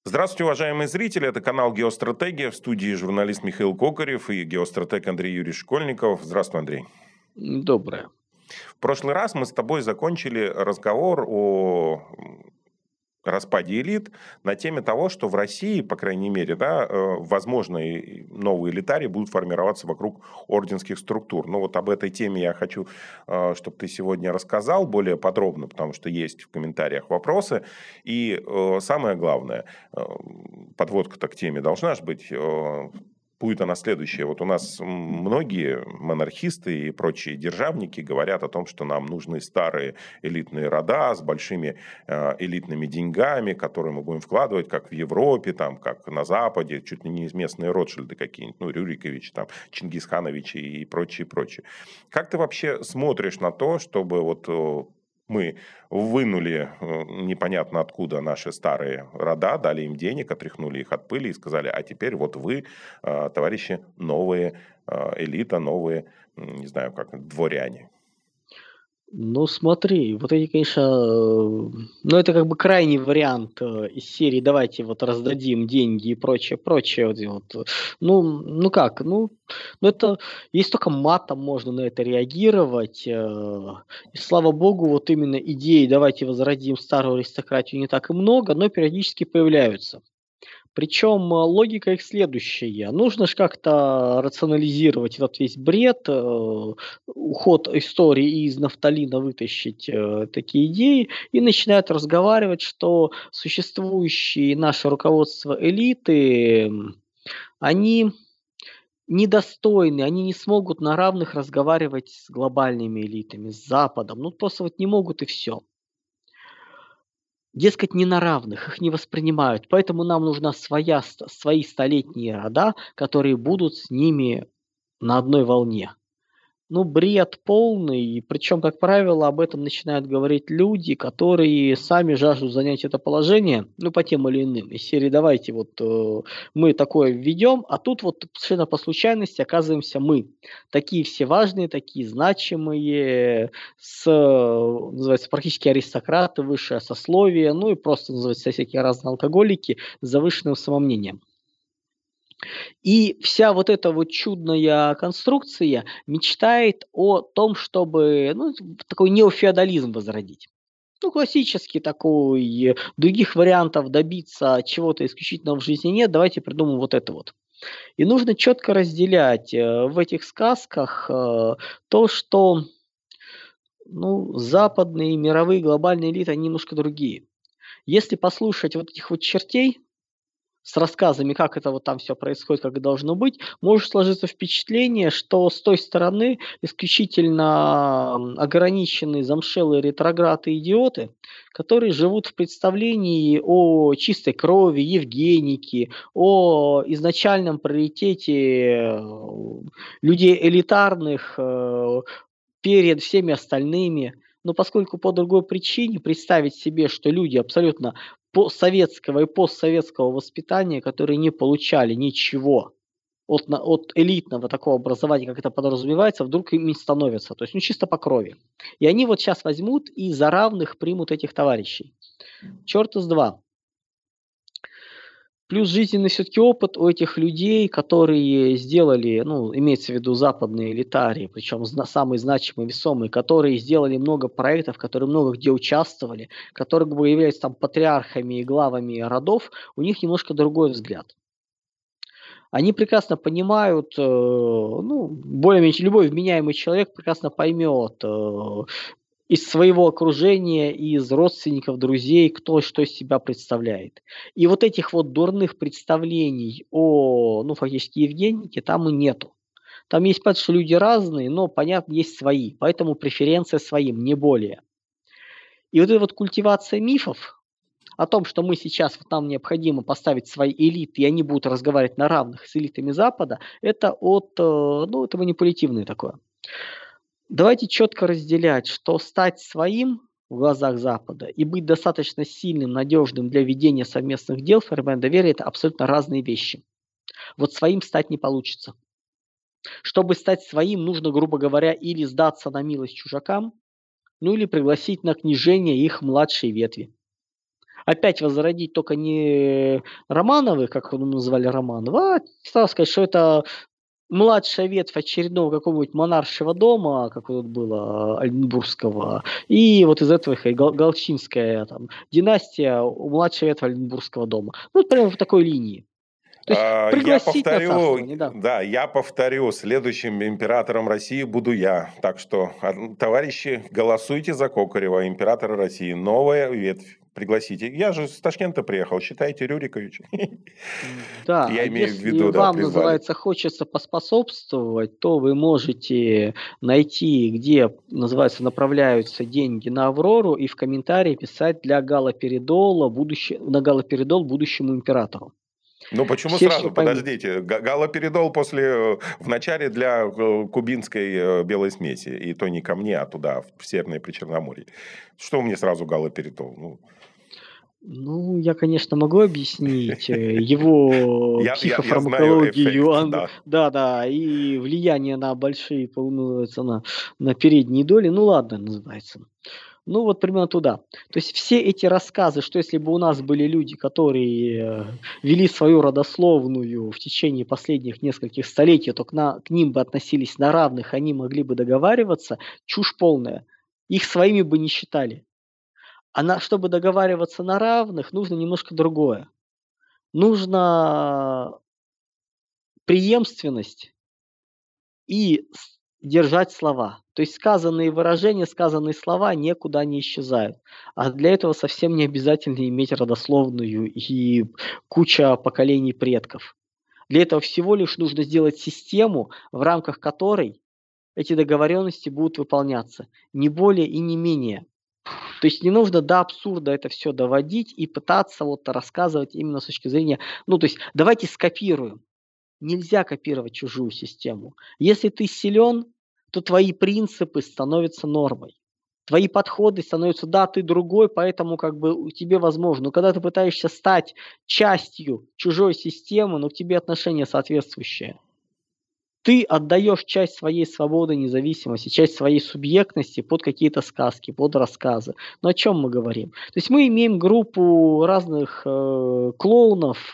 Здравствуйте, уважаемые зрители. Это канал «Геостратегия». В студии журналист Михаил Кокарев и геостратег Андрей Юрьевич Школьников. Здравствуй, Андрей. Доброе. В прошлый раз мы с тобой закончили разговор о распаде элит на теме того, что в России, по крайней мере, да, возможно, и новые элитарии будут формироваться вокруг орденских структур. Но вот об этой теме я хочу, чтобы ты сегодня рассказал более подробно, потому что есть в комментариях вопросы. И самое главное, подводка-то к теме должна же быть. Будет она следующая. Вот у нас многие монархисты и прочие державники говорят о том, что нам нужны старые элитные рода с большими элитными деньгами, которые мы будем вкладывать, как в Европе, там, как на Западе, чуть ли не местные Ротшильды какие-нибудь, ну, Рюриковичи, там, Чингисхановичи и прочее, прочее. Как ты вообще смотришь на то, чтобы вот мы вынули непонятно откуда наши старые рода, дали им денег, отряхнули их от пыли и сказали, а теперь вот вы, товарищи, новые элита, новые, не знаю, как дворяне. Ну, смотри, вот эти, конечно, ну, это как бы крайний вариант из серии «давайте вот раздадим деньги» и прочее, прочее. Вот, ну как, ну это, есть только матом можно на это реагировать. И слава богу, вот именно идеи «давайте возродим старую аристократию» не так и много, но периодически появляются. Причем логика их следующая. Нужно ж как-то рационализировать этот весь бред, уход истории из нафталина вытащить такие идеи и начинают разговаривать, что существующие наше руководство элиты, они недостойны, они не смогут на равных разговаривать с глобальными элитами, с Западом. Ну, просто вот не могут и все. Дескать, не на равных, их не воспринимают, поэтому нам нужна свои столетние рода, которые будут с ними на одной волне. Ну, бред полный, и причем, как правило, об этом начинают говорить люди, которые сами жаждут занять это положение, ну, по тем или иным. Из серии «давайте вот мы такое введем», а тут вот совершенно по случайности оказываемся мы. Такие все важные, такие значимые, называется, практически аристократы, высшее сословие, ну и просто, называется, всякие разные алкоголики с завышенным самомнением. И вся вот эта вот чудная конструкция мечтает о том, чтобы, ну, такой неофеодализм возродить. Ну, классический такой, других вариантов добиться чего-то исключительного в жизни нет, давайте придумаем вот это вот. И нужно четко разделять в этих сказках то, что, ну, западные, мировые, глобальные элиты, они немножко другие. Если послушать вот этих вот чертей, с рассказами, как это вот там все происходит, как и должно быть, может сложиться впечатление, что с той стороны исключительно ограниченные замшелые ретрограты идиоты, которые живут в представлении о чистой крови, Евгенике, о изначальном приоритете людей элитарных перед всеми остальными. Но поскольку по другой причине представить себе, что люди абсолютно советского и постсоветского воспитания, которые не получали ничего от элитного такого образования, как это подразумевается, вдруг ими становятся. То есть, ну, чисто по крови. И они вот сейчас возьмут и за равных примут этих товарищей. Черт из два. Плюс жизненный все-таки опыт у этих людей, которые сделали, ну, имеется в виду западные элитарии, причем самые значимые, весомые, которые сделали много проектов, которые много где участвовали, которые как бы являются там патриархами и главами родов, у них немножко другой взгляд. Они прекрасно понимают, ну, более-менее любой вменяемый человек прекрасно поймет из своего окружения, из родственников, друзей, кто что из себя представляет. И вот этих вот дурных представлений о, ну, фактически Евгенике там и нету. Там есть, понятно, что люди разные, но, понятно, есть свои, поэтому преференция своим, не более. И вот эта вот культивация мифов о том, что мы сейчас, вот нам необходимо поставить свои элиты, и они будут разговаривать на равных с элитами Запада, это ну, это манипулятивное такое. Давайте четко разделять, что стать своим в глазах Запада и быть достаточно сильным, надежным для ведения совместных дел, формирования доверия – это абсолютно разные вещи. Вот своим стать не получится. Чтобы стать своим, нужно, грубо говоря, или сдаться на милость чужакам, ну или пригласить на книжение их младшей ветви. Опять возродить только не Романовых, как его называли Романова, а сразу сказать, что это младшая ветвь очередного какого-нибудь монаршего дома, как вот было, Ольденбургского, и вот из этого Галчинская там, династия, младшая ветвь Ольденбургского дома. Ну, прямо в такой линии. То есть Я пригласить на повторю, царствование, да. да, я повторю, следующим императором России буду я. Так что, товарищи, голосуйте за Кокарева, императора России. Новая ветвь. Пригласите. Я же с Ташкента приехал, считайте, Рюрикович. Да, а Я имею в если виду, да, вам, призвали. называется, хочется поспособствовать, то вы можете найти, где, называется, направляются деньги на Аврору и в комментарии писать для галоперидола на галоперидол будущему императору. Ну, почему Все сразу? поймут. Подождите. Галоперидол в начале для кубинской белой смеси. И то не ко мне, а туда, в Северное Причерноморье. Что мне сразу галоперидол? Ну, Ну, я, конечно, могу объяснить его я знаю психофармакологию, эффект, да. да-да, и влияние на большие, называется, на передние доли. Ну, ладно, называется. Ну, вот примерно туда. То есть все эти рассказы, что если бы у нас были люди, которые вели свою родословную в течение последних нескольких столетий, то к ним бы относились на равных, они могли бы договариваться, чушь полная. Их своими бы не считали. Чтобы договариваться на равных, нужно немножко другое. Нужно преемственность и держать слова. То есть сказанные выражения, сказанные слова никуда не исчезают. А для этого совсем не обязательно иметь родословную и куча поколений предков. Для этого всего лишь нужно сделать систему, в рамках которой эти договоренности будут выполняться. Не более и не менее. То есть не нужно до абсурда это все доводить и пытаться вот рассказывать именно с точки зрения, ну, то есть давайте скопируем. Нельзя копировать чужую систему. Если ты силен, то твои принципы становятся нормой. Твои подходы становятся, да, ты другой, поэтому как бы тебе возможно. Но когда ты пытаешься стать частью чужой системы, но к тебе отношение соответствующее. Ты отдаешь часть своей свободы, независимости, часть своей субъектности под какие-то сказки, под рассказы. Но о чем мы говорим? То есть мы имеем группу разных клоунов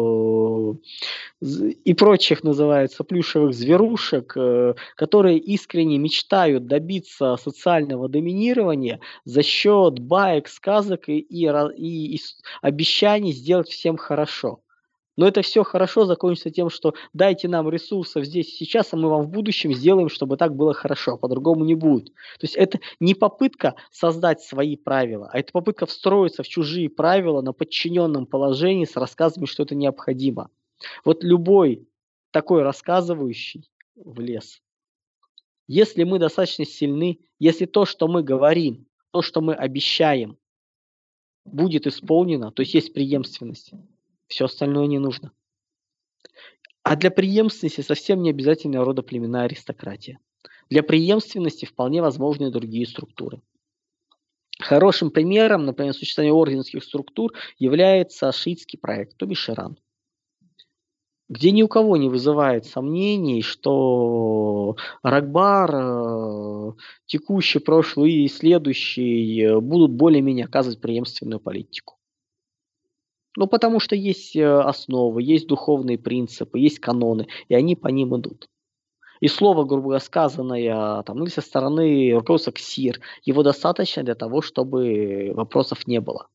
и прочих, называется, плюшевых зверушек, которые искренне мечтают добиться социального доминирования за счет баек, сказок и обещаний сделать всем хорошо. Но это все хорошо закончится тем, что дайте нам ресурсов здесь и сейчас, а мы вам в будущем сделаем, чтобы так было хорошо, по-другому не будет. То есть это не попытка создать свои правила, а это попытка встроиться в чужие правила на подчиненном положении с рассказами, что это необходимо. Вот любой такой рассказывающий в лес. Если мы достаточно сильны, если то, что мы говорим, то, что мы обещаем, будет исполнено, то есть преемственность, все остальное не нужно. А для преемственности совсем не обязательно родоплеменная аристократия. Для преемственности вполне возможны и другие структуры. Хорошим примером, например, существования орденских структур является шиитский проект, то бишь Иран, где ни у кого не вызывает сомнений, что Ракбар, текущий, прошлый и следующий будут более-менее оказывать преемственную политику. Ну, потому что есть основы, есть духовные принципы, есть каноны, и они по ним идут. И слово, грубо говоря, сказанное там, или со стороны руководства КСИР, его достаточно для того, чтобы вопросов не было.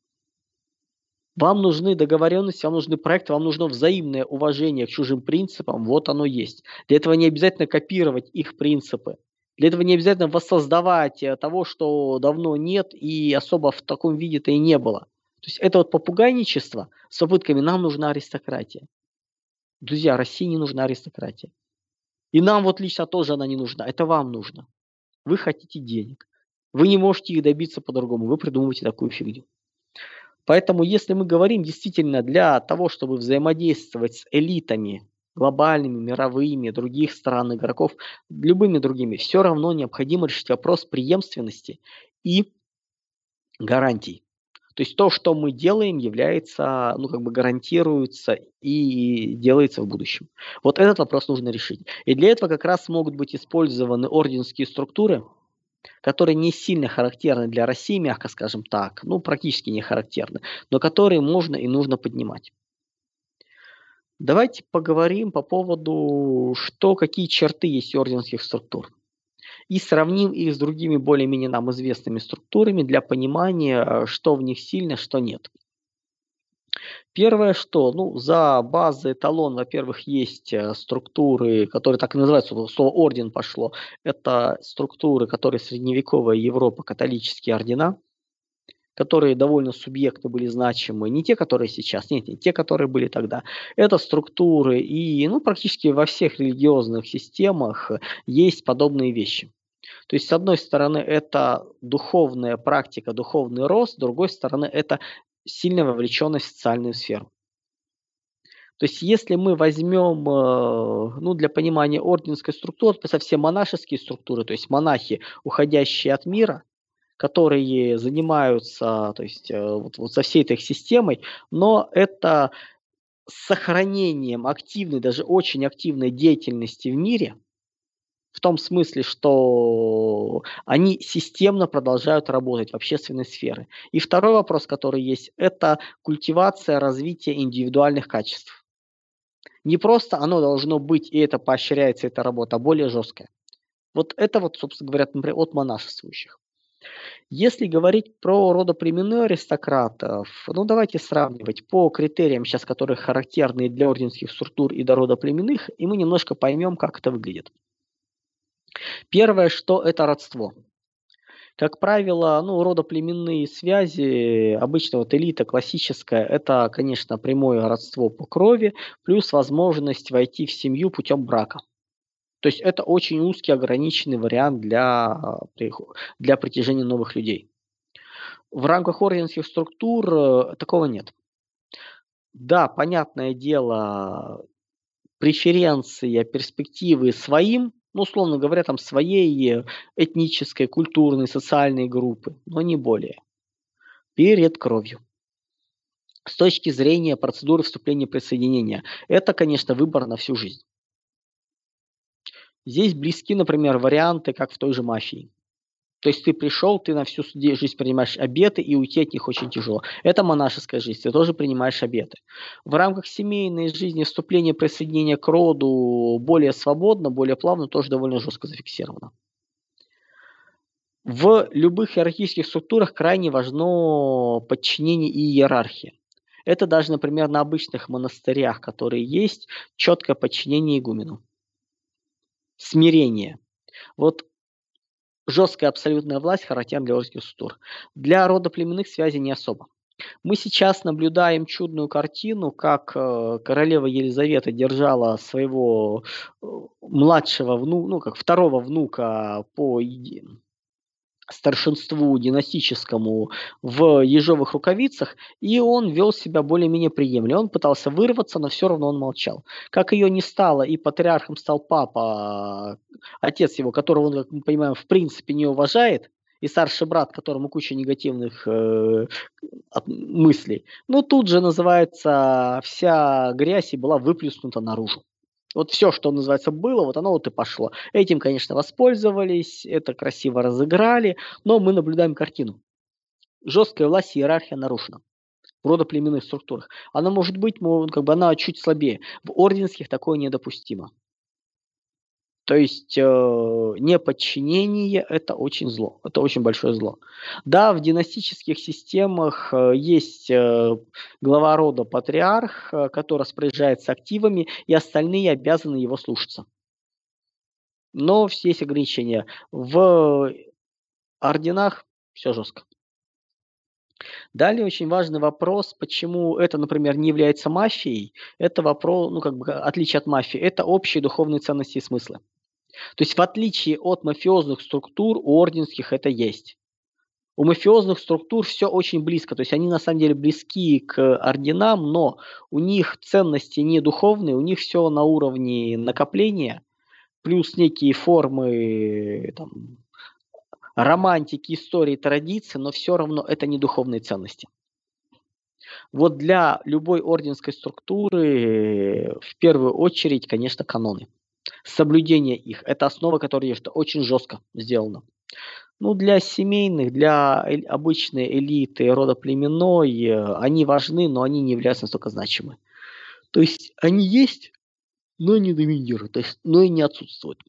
Вам нужны договоренности, вам нужны проекты, вам нужно взаимное уважение к чужим принципам, вот оно есть. Для этого не обязательно копировать их принципы. Для этого не обязательно воссоздавать того, что давно нет и особо в таком виде-то и не было. То есть это вот попугайничество с попытками «нам нужна аристократия». Друзья, России не нужна аристократия. И нам вот лично тоже она не нужна, это вам нужно. Вы хотите денег. Вы не можете их добиться по-другому, вы придумываете такую фигню. Поэтому если мы говорим действительно для того, чтобы взаимодействовать с элитами, глобальными, мировыми, других стран, игроков, любыми другими, все равно необходимо решить вопрос преемственности и гарантий. То есть то, что мы делаем, является, ну, как бы гарантируется и делается в будущем. Вот этот вопрос нужно решить. И для этого как раз могут быть использованы орденские структуры, которые не сильно характерны для России, мягко скажем так, ну, практически не характерны, но которые можно и нужно поднимать. Давайте поговорим по поводу, какие черты есть у орденских структур. И сравним их с другими более-менее нам известными структурами для понимания, что в них сильно, что нет. Первое, за базой эталон, во-первых, есть структуры, которые так и называются, слово орден пошло. Это структуры, которые средневековая Европа, католические ордена, которые довольно субъектно были значимы, не те, которые сейчас, нет, не те, которые были тогда. Это структуры, и практически во всех религиозных системах есть подобные вещи. То есть, с одной стороны, это духовная практика, духовный рост, с другой стороны, это сильная вовлеченность в социальную сферу. То есть, если мы возьмем, для понимания орденской структуры, это совсем монашеские структуры, то есть монахи, уходящие от мира, которые занимаются, то есть, вот со всей этой системой, но это с сохранением активной, даже очень активной деятельности в мире, в том смысле, что они системно продолжают работать в общественной сфере. И второй вопрос, который есть, это культивация развития индивидуальных качеств. Не просто оно должно быть, и это поощряется, эта работа, а более жесткая. Вот это, собственно говоря, например, от монашествующих. Если говорить про родоплеменных аристократов, давайте сравнивать по критериям, сейчас, которые характерны для орденских структур и до родоплеменных, и мы немножко поймем, как это выглядит. Первое, что это родство. Как правило, родоплеменные связи, обычно элита классическая, это, конечно, прямое родство по крови, плюс возможность войти в семью путем брака. То есть это очень узкий, ограниченный вариант для притяжения новых людей. В рамках орденских структур такого нет. Да, понятное дело, преференция, перспективы своим, условно говоря, своей этнической, культурной, социальной группы, но не более. Перед кровью. С точки зрения процедуры вступления и присоединения, это, конечно, выбор на всю жизнь. Здесь близки, например, варианты, как в той же мафии. То есть ты пришел, ты на всю жизнь принимаешь обеты, и уйти от них очень тяжело. Это монашеская жизнь, ты тоже принимаешь обеты. В рамках семейной жизни вступление, присоединение к роду более свободно, более плавно, тоже довольно жестко зафиксировано. В любых иерархических структурах крайне важно подчинение и иерархия. Это даже, например, на обычных монастырях, которые есть, четкое подчинение игумену. Смирение. Жесткая абсолютная власть характерна для орденских структур. Для родоплеменных связей не особо. Мы сейчас наблюдаем чудную картину, как королева Елизавета держала своего младшего внука, второго внука по старшинству династическому в ежовых рукавицах, и он вел себя более-менее приемлемо. Он пытался вырваться, но все равно он молчал. Как ее не стало, и патриархом стал папа, отец его, которого он, как мы понимаем, в принципе не уважает, и старший брат, которому куча негативных мыслей. Тут же, называется, вся грязь и была выплеснута наружу. Все, что называется, было, оно и пошло. Этим, конечно, воспользовались, это красиво разыграли, но мы наблюдаем картину. Жесткая власть, иерархия нарушена в родоплеменных структурах. Она может быть, она чуть слабее. В орденских такое недопустимо. То есть неподчинение – это очень зло, это очень большое зло. Да, в династических системах есть глава рода патриарх, который распоряжается активами, и остальные обязаны его слушаться. Но есть ограничения. В орденах все жестко. Далее очень важный вопрос, почему это, например, не является мафией. Это вопрос, отличие от мафии, это общие духовные ценности и смыслы. То есть в отличие от мафиозных структур, у орденских это есть. У мафиозных структур все очень близко, то есть они на самом деле близки к орденам, но у них ценности не духовные, у них все на уровне накопления, плюс некие формы романтики, истории, традиции, но все равно это не духовные ценности. Для любой орденской структуры в первую очередь, конечно, каноны. Соблюдение их – это основа, которая очень жестко сделана. Ну, для семейных, для обычной элиты рода племенной они важны, но они не являются настолько значимы. То есть они есть, но не доминируют, то есть, но и не отсутствуют.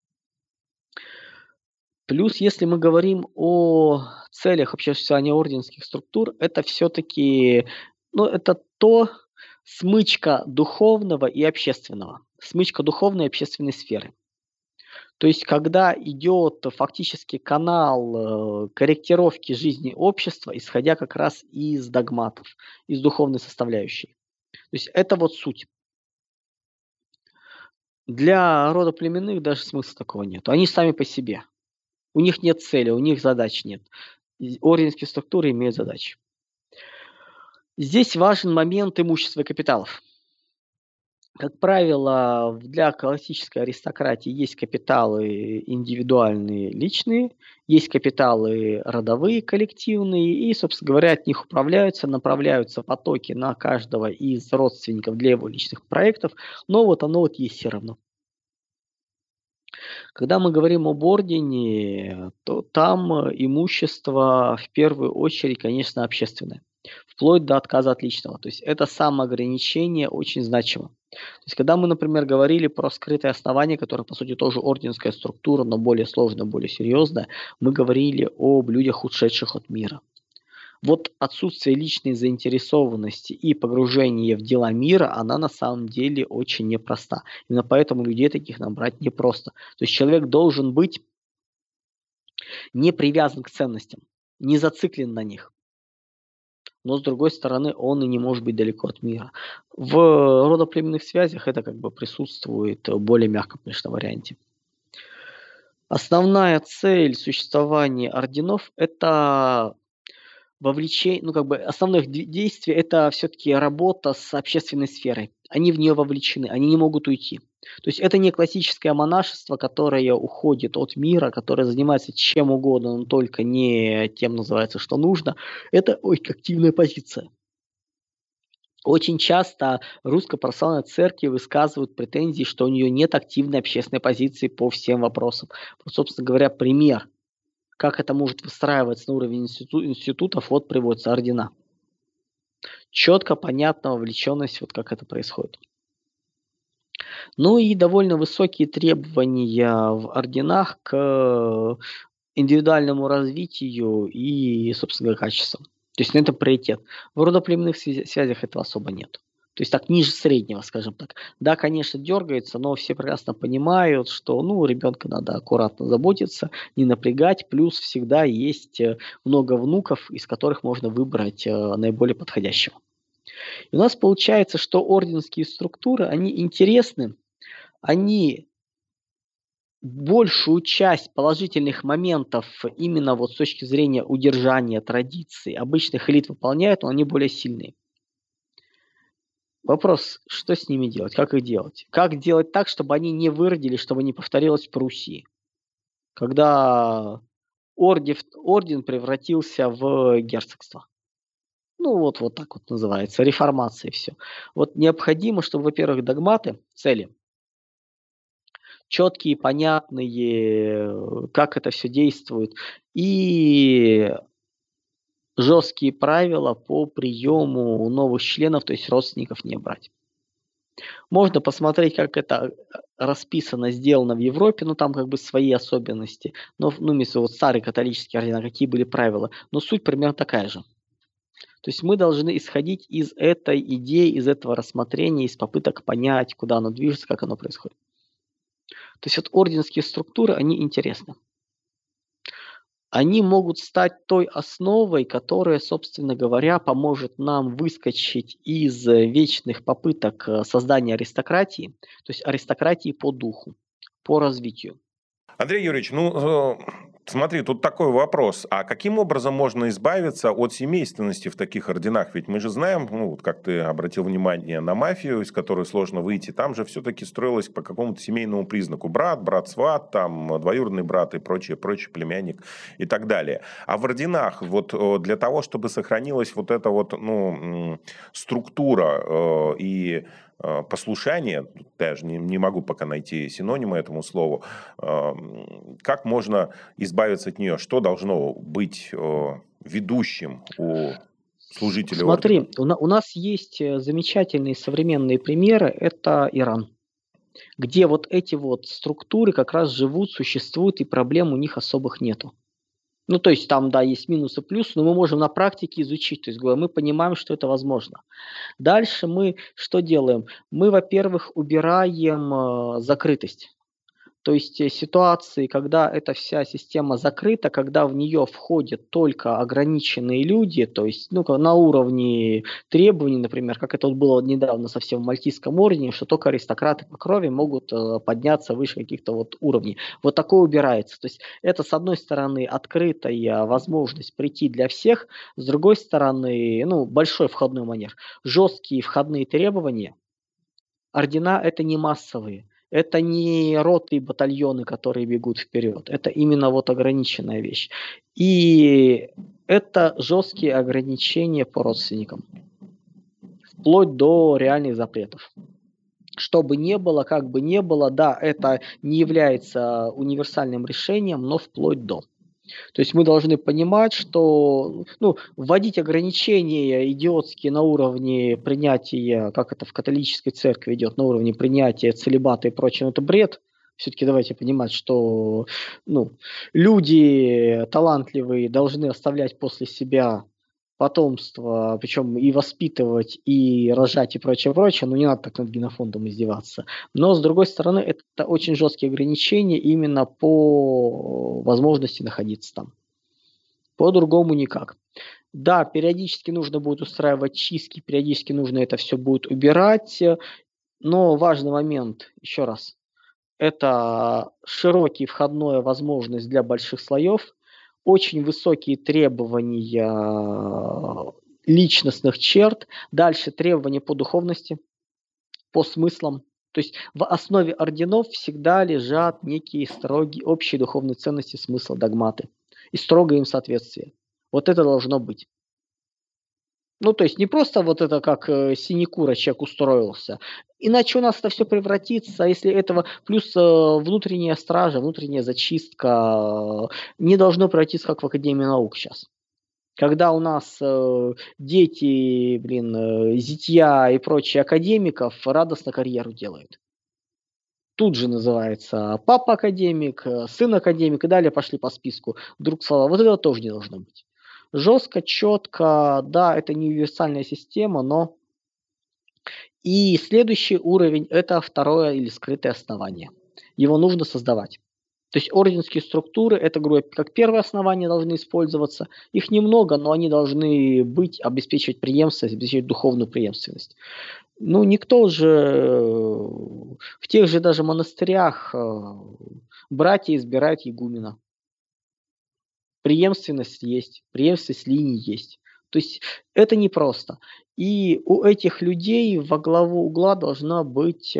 Плюс, если мы говорим о целях вообще существования орденских структур, это все-таки, ну, это то смычка духовного и общественного, смычка духовной и общественной сферы. То есть, когда идет фактически канал корректировки жизни общества, исходя как раз из догматов, из духовной составляющей. То есть это вот суть. Для рода племенных даже смысла такого нет. Они сами по себе. У них нет цели, у них задач нет. Орденские структуры имеют задачи. Здесь важен момент имущества и капиталов. Как правило, для классической аристократии есть капиталы индивидуальные, личные, есть капиталы родовые, коллективные, и, собственно говоря, от них управляются, направляются потоки на каждого из родственников для его личных проектов, но вот оно вот есть все равно. Когда мы говорим об ордене, то там имущество в первую очередь, конечно, общественное, вплоть до отказа от личного. То есть это самоограничение очень значимо. То есть когда мы, например, говорили про скрытое основание, которое, по сути, тоже орденская структура, но более сложная, более серьезная, мы говорили об людях, ушедших от мира. Вот отсутствие личной заинтересованности и погружение в дела мира, она на самом деле очень непроста. Именно поэтому людей таких набрать непросто. То есть человек должен быть не привязан к ценностям, не зациклен на них. Но с другой стороны, он и не может быть далеко от мира. В родоплеменных связях это как бы присутствует в более мягком, конечно, варианте. Основная цель существования орденов – это вовлечение, ну, как бы основных действий – это все-таки работа с общественной сферой. Они в нее вовлечены, они не могут уйти. То есть это не классическое монашество, которое уходит от мира, которое занимается чем угодно, но только не тем называется, что нужно. Это очень активная позиция. Очень часто Русская Православная Церковь высказывает претензии, что у нее нет активной общественной позиции по всем вопросам. Вот, собственно говоря, пример, как это может выстраиваться на уровне институтов, вот приводится ордена. Четко, понятно, вовлеченность, вот как это происходит. Ну и довольно высокие требования в орденах к индивидуальному развитию и, собственно говоря, качеству. То есть на это приоритет. В родоплеменных связях этого особо нет. То есть так ниже среднего, скажем так. Да, конечно, дергается, но все прекрасно понимают, что ребенка надо аккуратно заботиться, не напрягать. Плюс всегда есть много внуков, из которых можно выбрать наиболее подходящего. И у нас получается, что орденские структуры, они интересны, они большую часть положительных моментов именно вот с точки зрения удержания традиций обычных элит выполняют, но они более сильные. Вопрос, что с ними делать, как их делать? Как делать так, чтобы они не выродились, чтобы не повторилось в Пруссии? Когда орден превратился в герцогство. Ну вот так вот называется, реформация и все. Вот необходимо, чтобы, во-первых, догматы, цели, четкие, понятные, как это все действует, и жесткие правила по приему новых членов, то есть родственников не брать. Можно посмотреть, как это расписано, сделано в Европе, но там как бы свои особенности. Но, если вот старые католические ордена, какие были правила, но суть примерно такая же. То есть мы должны исходить из этой идеи, из этого рассмотрения, из попыток понять, куда оно движется, как оно происходит. То есть вот орденские структуры, они интересны. Они могут стать той основой, которая, собственно говоря, поможет нам выскочить из вечных попыток создания аристократии, то есть аристократии по духу, по развитию. Андрей Юрьевич, смотри, тут такой вопрос. А каким образом можно избавиться от семейственности в таких орденах? Ведь мы же знаем, вот как ты обратил внимание на мафию, из которой сложно выйти, там же все-таки строилось по какому-то семейному признаку. Брат-сват, там двоюродный брат и прочее, племянник и так далее. А в орденах вот для того, чтобы сохранилась вот эта вот, структура и послушание, даже не могу пока найти синонима этому слову, как можно избавиться от нее? Что должно быть ведущим у служителей ордена? Смотри, у нас есть замечательные современные примеры, это Иран, где вот эти вот структуры как раз живут, существуют, и проблем у них особых нету. Ну, то есть там, да, есть минусы, плюсы, но мы можем на практике изучить, то есть мы понимаем, что это возможно. Дальше мы что делаем? Мы, во-первых, убираем закрытость. То есть ситуации, когда эта вся система закрыта, когда в нее входят только ограниченные люди, то есть на уровне требований, например, как это вот было недавно совсем в Мальтийском ордене, что только аристократы по крови могут подняться выше каких-то вот уровней. Вот такое убирается. То есть это, с одной стороны, открытая возможность прийти для всех, с другой стороны, большой входной манер. Жесткие входные требования. Ордена – это не массовые. Это не роты и батальоны, которые бегут вперед. Это именно вот ограниченная вещь. И это жесткие ограничения по родственникам. Вплоть до реальных запретов. Что бы ни было, как бы ни было, да, это не является универсальным решением, но вплоть до. То есть мы должны понимать, что вводить ограничения идиотские на уровне принятия, как это в католической церкви идет, на уровне принятия целибата и прочего, это бред. Все-таки давайте понимать, что люди талантливые должны оставлять после себя потомство, причем и воспитывать, и рожать, и прочее, прочее. Не надо так над генофондом издеваться. Но, с другой стороны, это очень жесткие ограничения именно по возможности находиться там. По-другому никак. Да, периодически нужно будет устраивать чистки, периодически нужно это все будет убирать, но важный момент, еще раз, это широкая входная возможность для больших слоев, очень высокие требования личностных черт, дальше требования по духовности, по смыслам. То есть в основе орденов всегда лежат некие строгие общие духовные ценности, смысла, догматы и строгое им соответствие. Вот это должно быть. То есть не просто вот это как синекура человек устроился. Иначе у нас это все превратится, если этого плюс внутренняя стража, внутренняя зачистка не должно превратиться как в Академии наук сейчас. Когда у нас дети, зятья и прочие академиков радостно карьеру делают. Тут же называется папа академик, сын академик и далее пошли по списку. Вдруг слова. Вот этого тоже не должно быть. Жестко, четко, да, это не универсальная система, но и следующий уровень – это второе или скрытое основание. Его нужно создавать. То есть орденские структуры – это, как первое основание должны использоваться. Их немного, но они должны быть, обеспечивать преемственность, обеспечивать духовную преемственность. Никто же в тех же даже монастырях братья избирают игумена. Преемственность есть, преемственность линий есть. То есть это непросто. И у этих людей во главу угла должна быть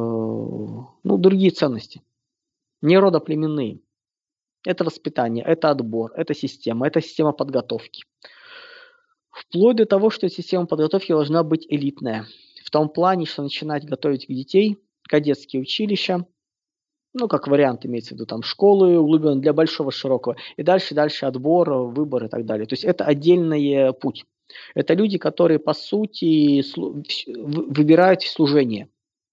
другие ценности. Не родоплеменные. Это воспитание, это отбор, это система подготовки. Вплоть до того, что система подготовки должна быть элитная. В том плане, что начинать готовить детей, кадетские училища, как вариант имеется в виду, там школы углубленные для большого, широкого, и дальше отбор, выбор и так далее. То есть это отдельный путь. Это люди, которые, по сути, выбирают служение.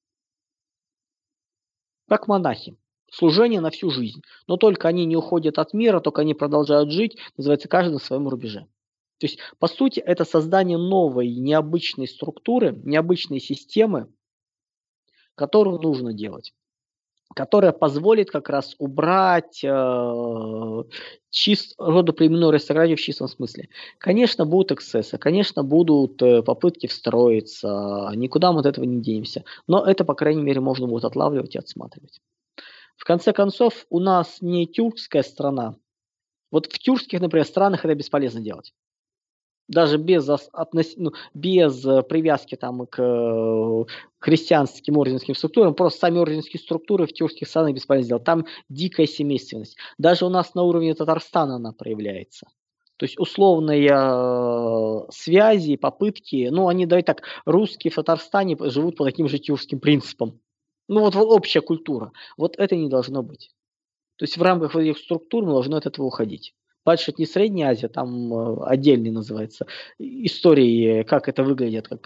Как монахи. Служение на всю жизнь. Но только они не уходят от мира, только они продолжают жить, называется, каждый на своем рубеже. То есть, по сути, это создание новой, необычной структуры, необычной системы, которую нужно делать. Которая позволит как раз убрать родоплеменную аристократию в чистом смысле. Конечно, будут эксцессы, конечно, будут попытки встроиться, никуда мы от этого не денемся. Но это, по крайней мере, можно будет отлавливать и отсматривать. В конце концов, у нас не тюркская страна. Вот в тюркских, например, странах это бесполезно делать. Даже без привязки к христианским орденским структурам, просто сами орденские структуры в тюркских странах бесполезно делать. Там дикая семейственность. Даже у нас на уровне Татарстана она проявляется. То есть условные связи, попытки, ну, они, давай так, русские в Татарстане живут по таким же тюркским принципам. Ну, вот общая культура. Вот это не должно быть. То есть в рамках вот этих структур мы должны от этого уходить. Дальше это не Средняя Азия, там отдельный называется. Истории, как это выглядит, как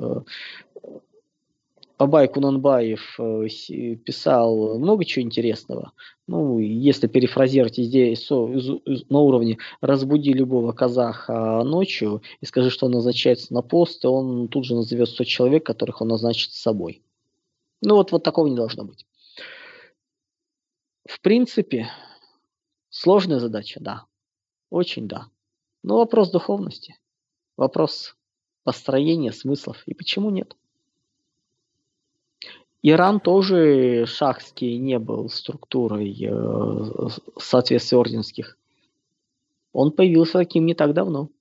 Бабай Кунанбаев писал много чего интересного. Ну, если перефразировать здесь на уровне «разбуди любого казаха ночью и скажи, что он назначается на пост», и он тут же назовет 100 человек, которых он назначит с собой. Ну, вот такого не должно быть. В принципе, сложная задача, да. Очень да. Но вопрос духовности, вопрос построения смыслов. И почему нет? Иран тоже шахский не был структурой соответствия орденских. Он появился таким не так давно.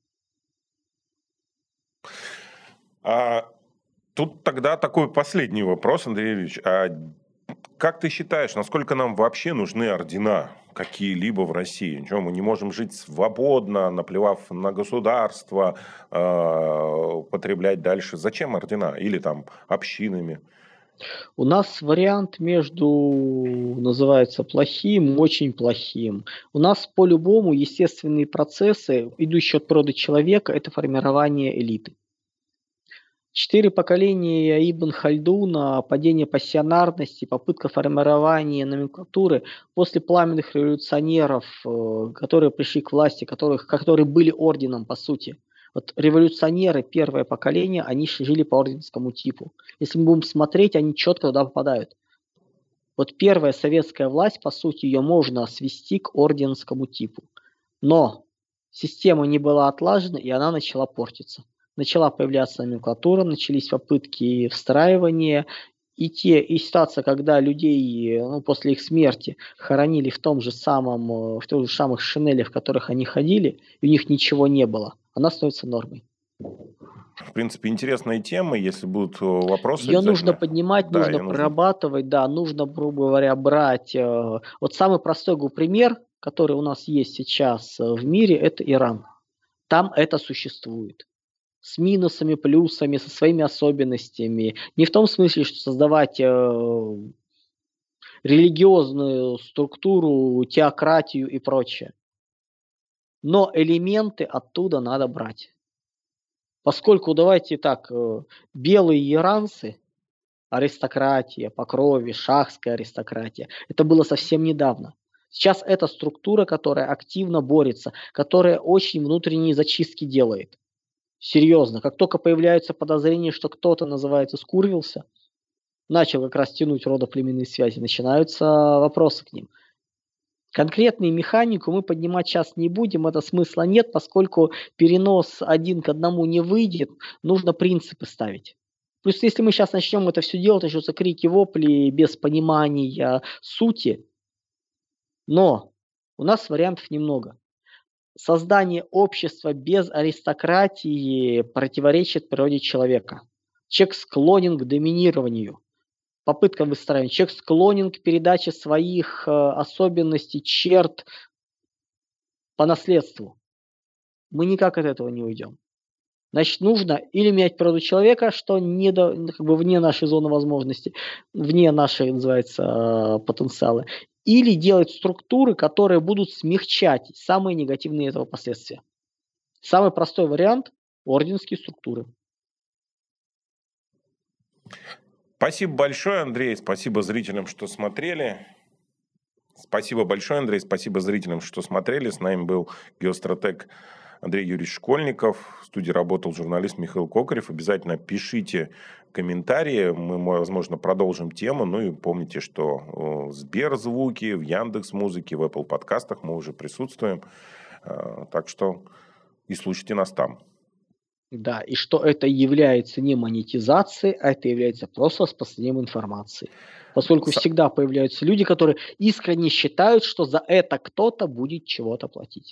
Тут тогда такой последний вопрос, Андрей Юрьевич. Как ты считаешь, насколько нам вообще нужны ордена какие-либо в России? Ничего, мы не можем жить свободно, наплевав на государство, потреблять дальше. Зачем ордена? Или там общинами? У нас вариант между, называется, плохим и очень плохим. У нас по-любому естественные процессы, идущие от природы человека, это формирование элиты. 4 поколения Ибн Хальдуна, падение пассионарности, попытка формирования номенклатуры после пламенных революционеров, которые пришли к власти, которые были орденом, по сути. Вот революционеры, первое поколение, они жили по орденскому типу. Если мы будем смотреть, они четко туда попадают. Вот первая советская власть, по сути, ее можно свести к орденскому типу. Но система не была отлажена, и она начала портиться. Начала появляться номенклатура, начались попытки встраивания, и ситуация, когда людей после их смерти хоронили в тех же самых шинелях, в которых они ходили, и у них ничего не было, она становится нормой. В принципе, интересная тема, если будут вопросы. Ее нужно поднимать, да, нужно прорабатывать, да, нужно, грубо говоря, брать. Вот самый простой пример, который у нас есть сейчас в мире, это Иран. Там это существует. С минусами, плюсами, со своими особенностями. Не в том смысле, что создавать религиозную структуру, теократию и прочее. Но элементы оттуда надо брать. Поскольку, давайте так, белые иранцы, аристократия по крови, шахская аристократия, это было совсем недавно. Сейчас это структура, которая активно борется, которая очень внутренние зачистки делает. Серьезно, как только появляются подозрения, что кто-то, называется, скурвился, начал как раз тянуть родоплеменные связи, начинаются вопросы к ним. Конкретную механику мы поднимать сейчас не будем, это смысла нет, поскольку перенос один к одному не выйдет, нужно принципы ставить. Плюс если мы сейчас начнем это все делать, начнутся крики, вопли без понимания сути, но у нас вариантов немного. Создание общества без аристократии противоречит природе человека. Человек склонен к доминированию. Попытка выстраивания. Человек склонен к передаче своих особенностей, черт по наследству. Мы никак от этого не уйдем. Значит, нужно или менять природу человека, что вне нашей зоны возможностей, вне нашей, называется, потенциала, или делать структуры, которые будут смягчать самые негативные этого последствия. Самый простой вариант – орденские структуры. Спасибо большое, Андрей. Спасибо зрителям, что смотрели. Спасибо большое, Андрей. Спасибо зрителям, что смотрели. С нами был геостратег Андрей Юрьевич Школьников. В студии работал журналист Михаил Кокарев. Обязательно пишите комментарии. Мы, возможно, продолжим тему. Ну и помните, что в Сберзвуке, в Яндекс.Музыке, в Apple подкастах мы уже присутствуем. Так что и слушайте нас там. Да, и что это является не монетизацией, а это является просто распространением информации. Поскольку всегда появляются люди, которые искренне считают, что за это кто-то будет чего-то платить.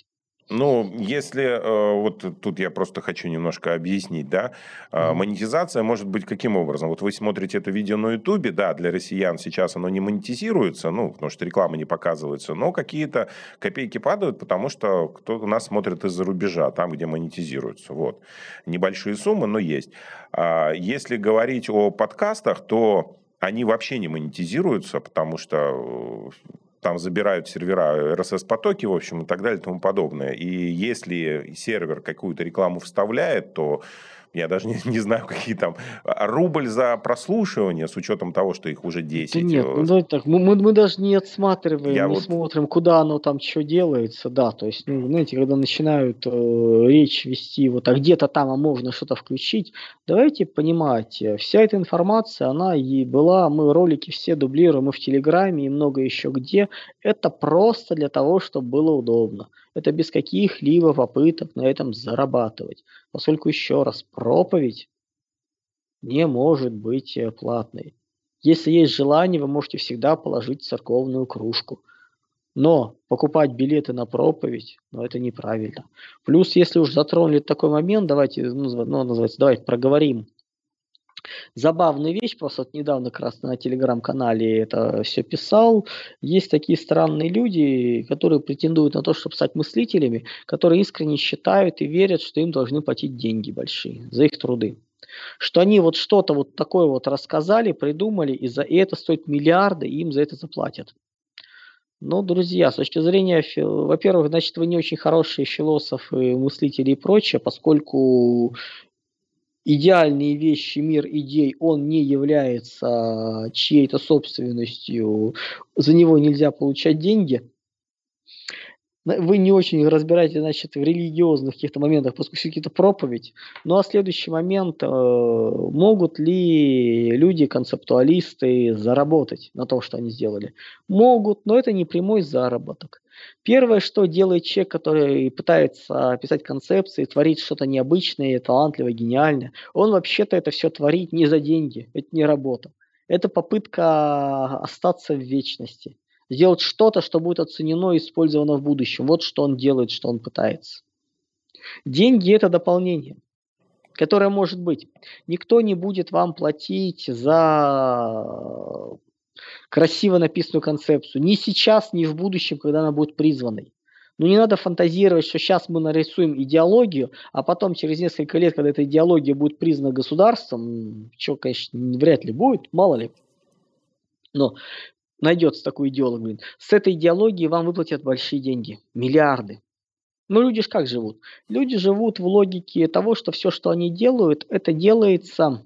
Ну, если вот тут я просто хочу немножко объяснить, да, Мгм. монетизация может быть каким образом? Вот вы смотрите это видео на Ютубе, да, для россиян сейчас оно не монетизируется, ну, потому что реклама не показывается, но какие-то копейки падают, потому что кто нас смотрит из-за рубежа, там, где монетизируется, вот. Небольшие суммы, но есть. Если говорить о подкастах, то они вообще не монетизируются, потому что там забирают сервера RSS-потоки, в общем, и так далее и тому подобное. И если сервер какую-то рекламу вставляет, то я даже не знаю, какие там рубль за прослушивание, с учетом того, что их уже Да 10. нет, ну давайте так, мы даже не отсматриваем, Я не вот смотрим, куда оно там что делается, да, то есть, ну, знаете, когда начинают речь вести вот, а где-то там, а можно что-то включить, давайте понимать, вся эта информация, она и была, мы ролики все дублируем и в Телеграме, и много еще где, это просто для того, чтобы было удобно, это без каких-либо попыток на этом зарабатывать, поскольку еще раз, проповедь не может быть платной. Если есть желание, вы можете всегда положить церковную кружку. Но покупать билеты на проповедь, ну, это неправильно. Плюс, если уж затронули такой момент, давайте, называется, давайте проговорим забавную вещь. Просто вот недавно как раз на телеграм-канале это все писал. Есть такие странные люди, которые претендуют на то, чтобы стать мыслителями, которые искренне считают и верят, что им должны платить деньги большие за их труды. Что они вот что-то вот такое вот рассказали, придумали, и это стоит миллиарды, и им за это заплатят. Но, друзья, с точки зрения, во-первых, значит, вы не очень хорошие философы, мыслители и прочее, поскольку идеальные вещи, мир идей, он не является чьей-то собственностью, за него нельзя получать деньги. Вы не очень разбираетесь, значит, в религиозных каких-то моментах, поскольку всё-таки это проповедь. Ну, а следующий момент, могут ли люди, концептуалисты, заработать на том, что они сделали? Могут, но это не прямой заработок. Первое, что делает человек, который пытается писать концепции, творить что-то необычное, талантливое, гениальное, он вообще-то это все творит не за деньги, это не работа. Это попытка остаться в вечности. Сделать что-то, что будет оценено и использовано в будущем. Вот что он делает, что он пытается. Деньги – это дополнение, которое может быть. Никто не будет вам платить за красиво написанную концепцию. Ни сейчас, ни в будущем, когда она будет призванной. Но не надо фантазировать, что сейчас мы нарисуем идеологию, а потом через несколько лет, когда эта идеология будет признана государством, что, конечно, вряд ли будет, мало ли. Но найдется такой идеолог, блин. С этой идеологией вам выплатят большие деньги, миллиарды. Но люди ж как живут? Люди живут в логике того, что все, что они делают, это делается,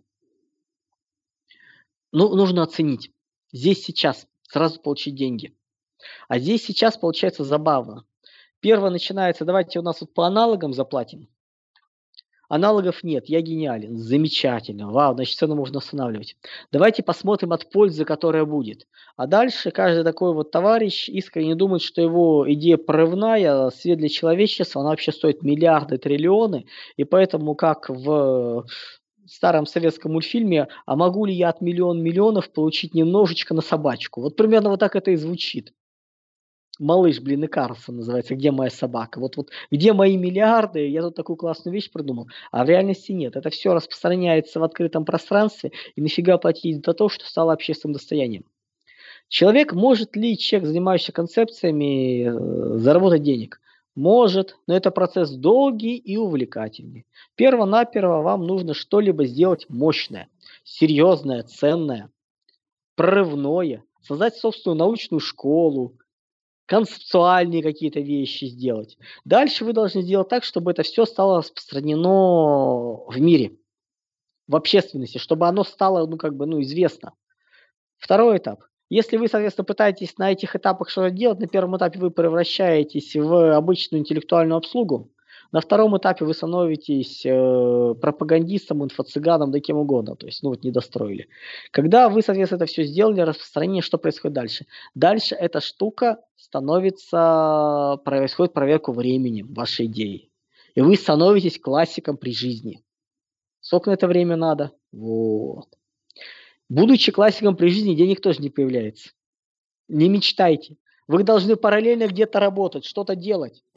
ну, нужно оценить. Здесь, сейчас, сразу получить деньги. А здесь, сейчас получается забавно. Первое начинается, давайте у нас вот по аналогам заплатим. Аналогов нет, я гениален, замечательно, вау, значит, цену можно останавливать. Давайте посмотрим от пользы, которая будет. А дальше каждый такой вот товарищ искренне думает, что его идея прорывная, свет для человечества, она вообще стоит миллиарды, триллионы, и поэтому, как в старом советском мультфильме, а могу ли я от миллионов получить немножечко на собачку? Вот примерно вот так это и звучит. Малыш, блин, и Карлсон называется "Где моя собака?". Вот где мои миллиарды? Я тут такую классную вещь придумал. А в реальности нет. Это все распространяется в открытом пространстве, и нафига платить за то, что стало общественным достоянием? Человек, занимающийся концепциями, заработать денег? Может, но это процесс долгий и увлекательный. Перво-наперво вам нужно что-либо сделать мощное, серьезное, ценное, прорывное, создать собственную научную школу, концептуальные какие-то вещи сделать. Дальше вы должны сделать так, чтобы это все стало распространено в мире, в общественности, чтобы оно стало, ну, как бы, ну, известно. Второй этап. Если вы, соответственно, пытаетесь на этих этапах что-то делать, на первом этапе вы превращаетесь в обычную интеллектуальную обслугу, на втором этапе вы становитесь пропагандистом, инфо-цыганом, да кем угодно. То есть, ну вот не достроили. Когда вы, соответственно, это все сделали, распространение, что происходит дальше? Дальше эта штука происходит проверку временем вашей идеи. И вы становитесь классиком при жизни. Сколько на это время надо? Вот. Будучи классиком при жизни, денег тоже не появляется. Не мечтайте. Вы должны параллельно где-то работать, что-то делать.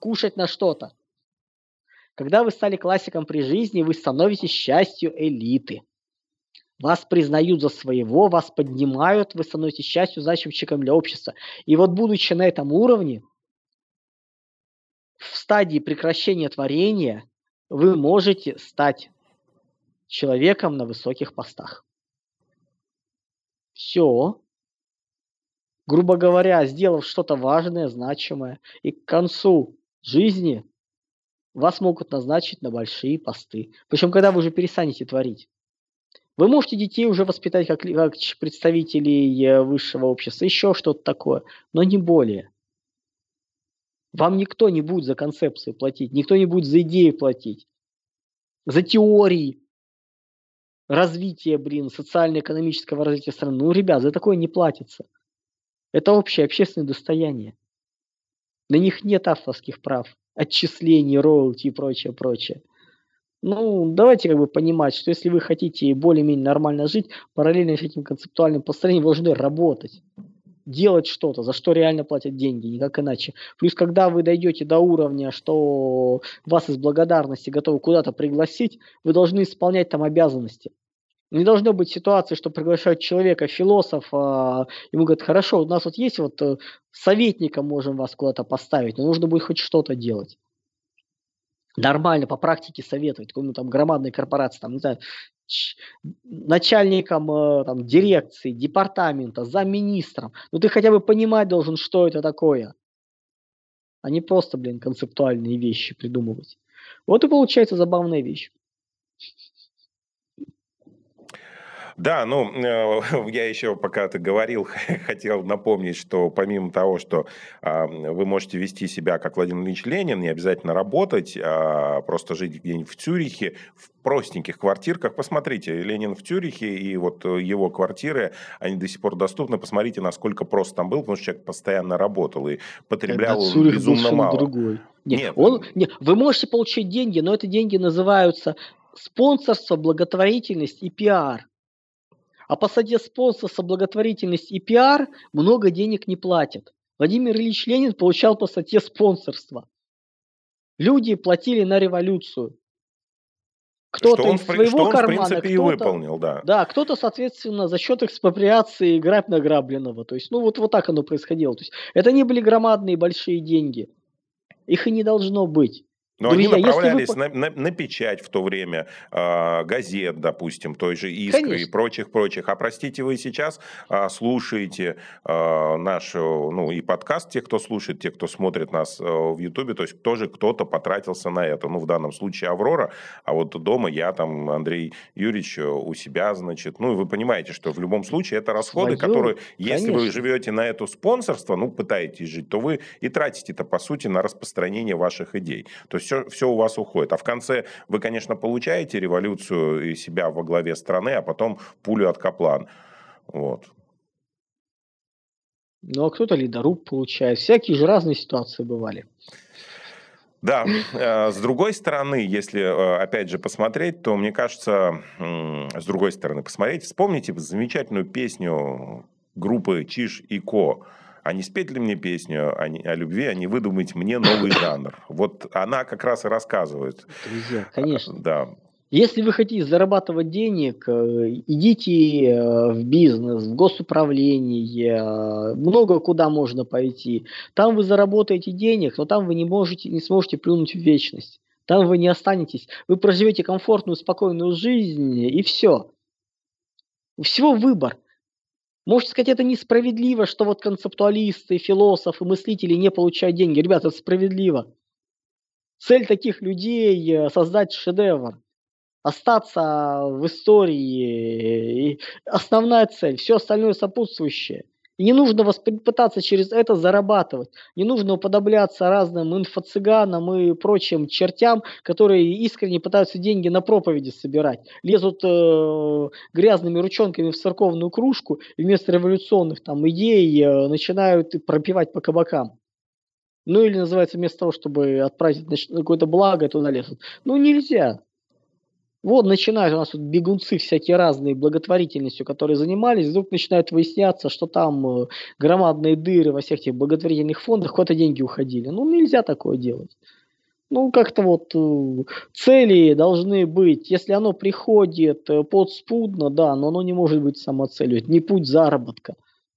скушать на что-то. Когда вы стали классиком при жизни, вы становитесь частью элиты. Вас признают за своего, вас поднимают, вы становитесь частью, значимым для общества. И вот будучи на этом уровне, в стадии прекращения творения, вы можете стать человеком на высоких постах. Все. Грубо говоря, сделав что-то важное, значимое, и к концу жизни вас могут назначить на большие посты. Причем, когда вы уже перестанете творить. Вы можете детей уже воспитать как представителей высшего общества, еще что-то такое, но не более. Вам никто не будет за концепцию платить, никто не будет за идеи платить, за теории развития, социально-экономического развития страны. Ну, ребят, за такое не платится. Это общее общественное достояние. На них нет авторских прав, отчислений, роялти и прочее, прочее. Ну, давайте понимать, что если вы хотите более-менее нормально жить, параллельно с этим концептуальным построением вы должны работать, делать что-то, за что реально платят деньги, никак иначе. Плюс, когда вы дойдете до уровня, что вас из благодарности готовы куда-то пригласить, вы должны исполнять там обязанности. Не должно быть ситуации, что приглашают человека, философа, ему говорят, хорошо, у нас есть советником можем вас куда-то поставить, но нужно будет хоть что-то делать. Нормально по практике советовать, какому-то там громадной корпорации, там, не знаю, начальником дирекции, департамента, замминистром. Ну ты хотя бы понимать должен, что это такое. А не просто, концептуальные вещи придумывать. Вот и получается забавная вещь. Да, я еще, пока ты говорил, хотел напомнить, что помимо того, что вы можете вести себя как Владимир Ильич Ленин, не обязательно работать, а просто жить где-нибудь в Цюрихе, в простеньких квартирках. Посмотрите, Ленин в Цюрихе и вот его квартиры, они до сих пор доступны. Посмотрите, насколько просто там был, потому что человек постоянно работал и потреблял Цюрих безумно был мало. Другой. Нет, вы можете получить деньги, но это деньги называются спонсорство, благотворительность и пиар. А по статье спонсорства, благотворительность и пиар много денег не платят. Владимир Ильич Ленин получал по статье спонсорства. Люди платили на революцию. Кто-то из своего кармана, в принципе, и выполнил, да. Да, кто-то, соответственно, за счет экспроприации грабь награбленного. То есть, вот так оно происходило. То есть, это не были громадные большие деньги. Их и не должно быть. Но Друзья, они направлялись на печать в то время, газет, допустим, той же «Искры» Конечно. и прочих. А простите, вы сейчас слушаете наш и подкаст, те, кто слушает, те, кто смотрит нас в Ютубе, то есть тоже кто-то потратился на это. В данном случае «Аврора», а вот дома я, Андрей Юрьевич, у себя, значит. И вы понимаете, что в любом случае это расходы, которые, если вы живете на это спонсорство, пытаетесь жить, то вы и тратите-то, по сути, на распространение ваших идей. То есть все у вас уходит. А в конце вы, конечно, получаете революцию и себя во главе страны, а потом пулю от Каплан. Вот. А кто-то ледоруб получает. Всякие же разные ситуации бывали. Да, с другой стороны, если опять же посмотреть, то мне кажется, вспомните замечательную песню группы Чиж и Ко. А не спеть ли мне песню о любви, а не выдумать мне новый жанр? Вот она как раз и рассказывает. Друзья, конечно. Да. Если вы хотите зарабатывать денег, идите в бизнес, в госуправление, много куда можно пойти. Там вы заработаете денег, но там вы не сможете плюнуть в вечность. Там вы не останетесь. Вы проживете комфортную, спокойную жизнь, и все. У всего выбор. Можете сказать, это несправедливо, что концептуалисты, философы, мыслители не получают деньги. Ребята, это справедливо. Цель таких людей – создать шедевр. Остаться в истории. Основная цель. Все остальное сопутствующее. И не нужно пытаться через это зарабатывать. Не нужно уподобляться разным инфо-цыганам и прочим чертям, которые искренне пытаются деньги на проповеди собирать. Лезут грязными ручонками в церковную кружку и вместо революционных идей начинают пропивать по кабакам. Или называется, вместо того, чтобы отправить какое-то благо, туда лезут. Нельзя. Вот начинают у нас тут бегунцы всякие разные благотворительностью, которые занимались, вдруг начинает выясняться, что там громадные дыры во всех этих благотворительных фондах, куда-то деньги уходили. Ну, нельзя такое делать. Ну, как-то вот цели должны быть, если оно приходит подспудно, да, но оно не может быть самоцелью, это не путь заработка.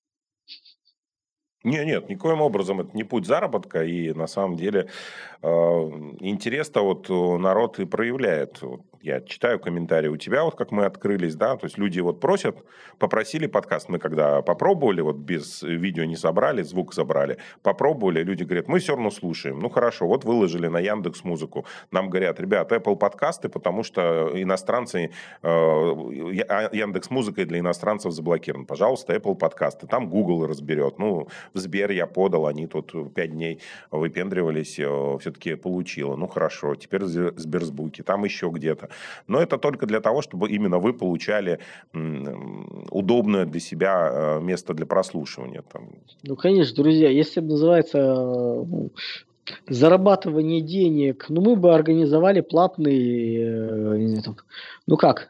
Нет, никоим образом это не путь заработка, и на самом деле интерес-то вот народ и проявляет. Вот я читаю комментарии у тебя, вот как мы открылись, да, то есть люди вот просят, попросили подкаст, мы когда попробовали, вот без видео не собрали, звук забрали, попробовали, люди говорят, мы все равно слушаем. Ну хорошо, вот выложили на Яндекс.Музыку, нам говорят, ребят, Apple подкасты, потому что иностранцы, Яндекс.Музыка для иностранцев заблокирован. Пожалуйста, Apple подкасты, там Google разберет. Ну, в Сбер я подал, они тут 5 дней выпендривались, все-таки получила. Ну, хорошо, теперь в Сберзвуке, там еще где-то. Но это только для того, чтобы именно вы получали удобное для себя место для прослушивания. Там. Ну, конечно, друзья, если бы называется зарабатывание денег, ну, мы бы организовали платный, ну как,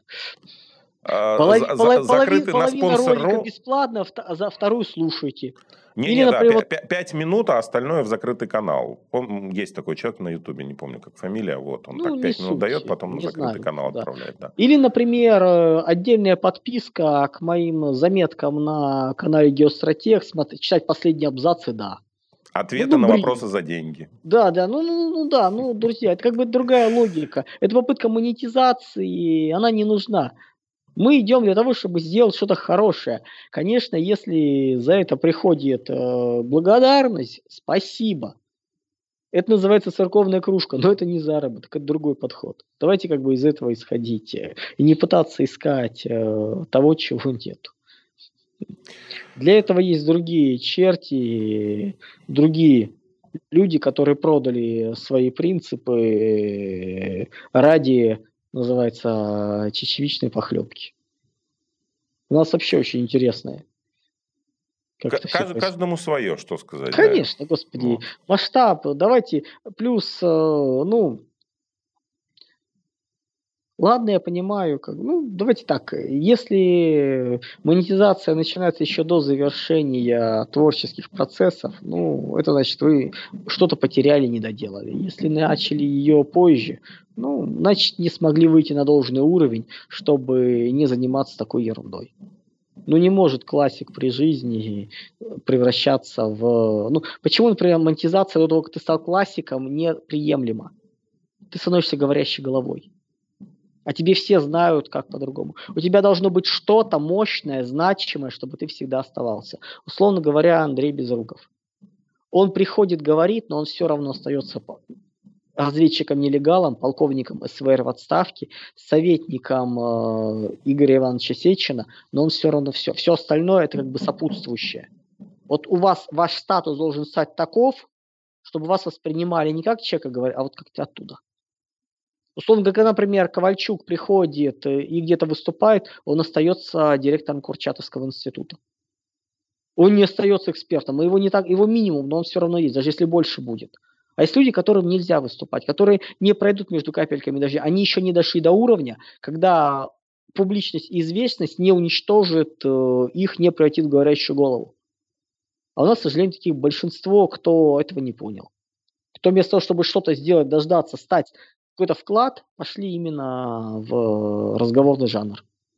Закрытый на половина ролика спонсор.ру. бесплатно, за вторую слушайте. Не, да, 5 минут, а остальное в закрытый канал. Есть такой человек на Ютубе, не помню, как фамилия. Вот, он так 5 минут дает, потом на закрытый канал отправляет. Да. Или, например, отдельная подписка к моим заметкам на канале Геостратег, читать последние абзацы, да. Ответы на вопросы за деньги. Да, друзья, это как бы другая логика. Это попытка монетизации, она не нужна. Мы идем для того, чтобы сделать что-то хорошее. Конечно, если за это приходит благодарность, спасибо. Это называется церковная кружка, но это не заработок, это другой подход. Давайте как бы из этого исходить и не пытаться искать того, чего нет. Для этого есть другие черти, другие люди, которые продали свои принципы ради, называется, чечевичной похлебки. У нас вообще очень интересное. Каждому свое, что сказать. Конечно, да? Господи. Вот. Масштаб, давайте, плюс, ладно, я понимаю, давайте так, если монетизация начинается еще до завершения творческих процессов, это значит, вы что-то потеряли, не доделали. Если начали ее позже, значит, не смогли выйти на должный уровень, чтобы не заниматься такой ерундой. Не может классик при жизни превращаться в... почему, например, монетизация до того, как ты стал классиком, неприемлема? Ты становишься говорящей головой. А тебе все знают, как по-другому. У тебя должно быть что-то мощное, значимое, чтобы ты всегда оставался. Условно говоря, Андрей Безруков. Он приходит, говорит, но он все равно остается разведчиком-нелегалом, полковником СВР в отставке, советником Игоря Ивановича Сечина, но он все равно все. Все остальное это как бы сопутствующее. Вот у вас ваш статус должен стать таков, чтобы вас воспринимали не как человека, а вот как-то оттуда. Условно, как, например, Ковальчук приходит и где-то выступает, он остается директором Курчатовского института. Он не остается экспертом, его не так, его минимум, но он все равно есть, даже если больше будет. А есть люди, которым нельзя выступать, которые не пройдут между капельками дождя. Они еще не дошли до уровня, когда публичность и известность не уничтожит их, не превратит в говорящую голову. А у нас, к сожалению, таких большинство, кто этого не понял. Кто вместо того, чтобы что-то сделать, дождаться, стать какой-то вклад, пошли именно в разговорный жанр.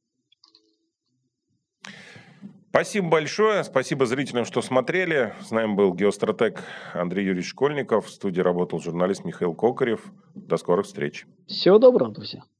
Спасибо большое. Спасибо зрителям, что смотрели. С нами был геостратег Андрей Юрьевич Школьников. В студии работал журналист Михаил Кокарев. До скорых встреч. Всего доброго, друзья.